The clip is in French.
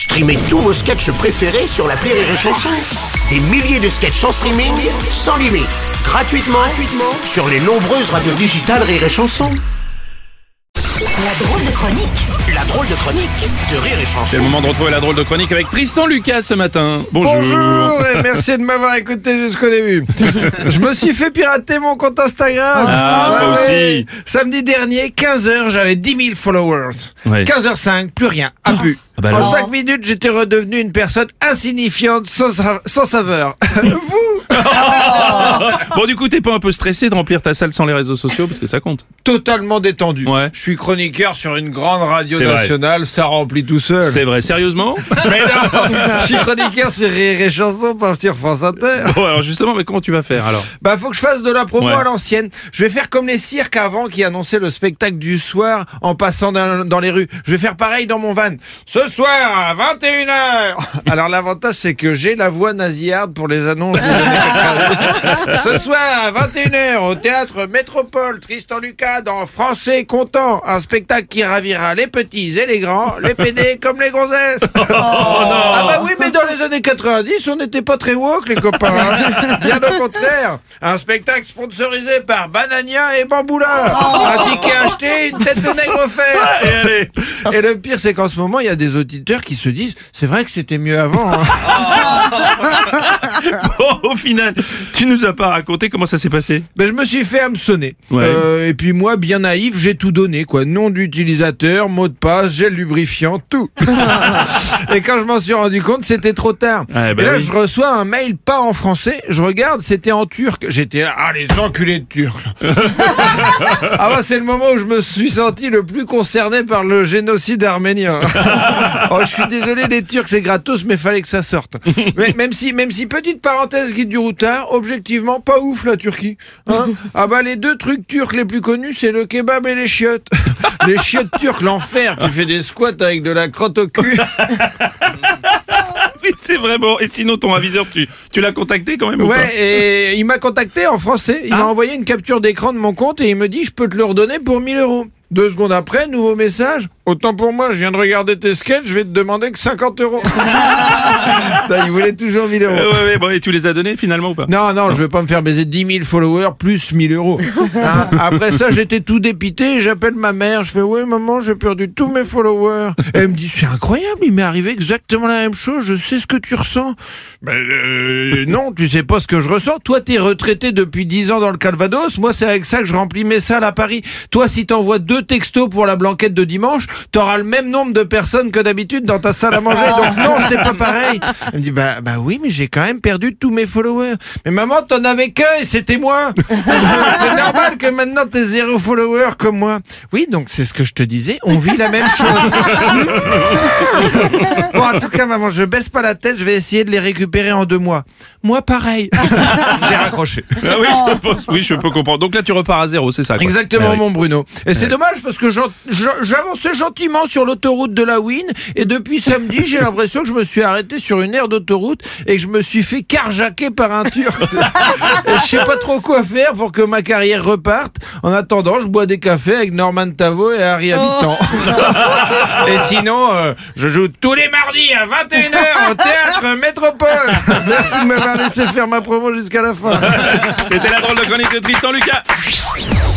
Streamez tous vos sketchs préférés sur l'appli Rire et Chanson. Des milliers de sketchs en streaming, sans limite, gratuitement sur les nombreuses radios digitales Rire et Chanson. La drôle de chronique. La drôle de chronique de Rire et Chanson. C'est le moment de retrouver la drôle de chronique avec Tristan Lucas ce matin. Bonjour et merci de m'avoir écouté jusqu'au début. Je me suis fait pirater mon compte Instagram. Moi aussi. Samedi dernier, 15h, j'avais 10 000 followers. Ouais. 15h05, plus rien, un but. bah En alors. 5 minutes, j'étais redevenu une personne insignifiante, sans saveur. Vous, Bon, du coup, t'es pas un peu stressé de remplir ta salle sans les réseaux sociaux parce que ça compte. totalement détendu. Ouais. Je suis chroniqueur sur une grande radio C'est vrai. nationale, ça remplit tout seul. C'est vrai, sérieusement? Mais non, je suis chroniqueur sur Rire et Chanson, pas sur France Inter. Bon, alors justement, mais comment tu vas faire alors? Bah, faut que je fasse de la promo Ouais. à l'ancienne. Je vais faire comme les cirques avant qui annonçaient le spectacle du soir en passant dans les rues. Je vais faire pareil dans mon van. Ce soir à 21h. Alors l'avantage c'est que j'ai la voix nasillarde pour les annonces des années 90. Ce soir à 21h au théâtre Métropole, Tristan Lucas dans Français Content. Un spectacle qui ravira les petits et les grands, les pédés comme les gonzesses. Ah bah oui, mais dans les années 90, on n'était pas très woke les copains. Hein. Bien au contraire. Un spectacle sponsorisé par Banania et Bamboula. Un ticket acheté, une tête de nègre offerte. Et allez. Et le pire, c'est qu'en ce moment, il y a des auditeurs qui se disent c'est vrai que c'était mieux avant. Hein. Bon, au final, tu nous as pas raconté comment ça s'est passé? Ben, je me suis fait hameçonner. Ouais. Et puis moi, bien naïf, j'ai tout donné, quoi. Nom d'utilisateur, mot de passe, gel lubrifiant, tout. Et quand je m'en suis rendu compte, c'était trop tard. Ouais, bah et là, oui. je reçois un mail pas en français. Je regarde, c'était en turc. J'étais là, ah, les enculés de turcs. Ah bah, c'est le moment où je me suis senti le plus concerné par le génocide arménien. Oh, je suis désolé, les Turcs, c'est gratos, mais fallait que ça sorte. Mais même si, petite parenthèse guide du routard, objectivement, pas ouf la Turquie. Hein, ah bah, les deux trucs turcs les plus connus, c'est le kebab et les chiottes. Les chiottes turques, l'enfer. Tu fais des squats avec de la crotte au cul. Oui, c'est vrai. Bon, et sinon, ton aviseur, tu l'as contacté quand même ou pas? Ouais, et il m'a contacté en français. Il m'a envoyé une capture d'écran de mon compte et il me dit je peux te le redonner pour 1 000 €. 2 secondes après, nouveau message. Autant pour moi, je viens de regarder tes sketchs, je vais te demander que 50 €. Non, il voulait toujours 1 000 €. Ouais, bon, et tu les as donnés finalement ou pas? Non, je vais pas me faire baiser 10 000 followers plus 1 000 €. Hein, après ça, j'étais tout dépité, j'appelle ma mère, je fais ouais maman, j'ai perdu tous mes followers. Et elle me dit c'est incroyable, il m'est arrivé exactement la même chose, je sais ce que tu ressens. Ben non, tu sais pas ce que je ressens. Toi, t'es retraité depuis 10 ans dans le Calvados, moi c'est avec ça que je remplis mes salles à Paris. Toi, si t'envoies 2 textos pour la blanquette de dimanche, t'auras le même nombre de personnes que d'habitude dans ta salle à manger, donc non, c'est pas pareil. Elle me dit bah oui, mais j'ai quand même perdu tous mes followers. Mais maman, t'en avais qu'un et c'était moi. C'est normal que maintenant t'aies 0 follower comme moi. Oui, donc c'est ce que je te disais, on vit la même chose. Bon, en tout cas, maman, je baisse pas la tête, je vais essayer de les récupérer en 2 mois. Moi, pareil. J'ai raccroché. Ah oui, oui, je peux comprendre. Donc là, tu repars à zéro, c'est ça quoi? Exactement, Ah oui. mon Bruno. Et c'est dommage parce que j'avançais gentiment sur l'autoroute de la Win et depuis samedi, j'ai l'impression que je me suis arrêté sur une aire d'autoroute et que je me suis fait carjacker par un Turc. Et je sais pas trop quoi faire pour que ma carrière reparte. En attendant, je bois des cafés avec Norman Tavo et Harry Habitant. Et sinon, je joue tous les mardis à 21h au théâtre Métropole. Merci de m'avoir laissé faire ma promo jusqu'à la fin. C'était la drôle de chronique de Tristan Lucas.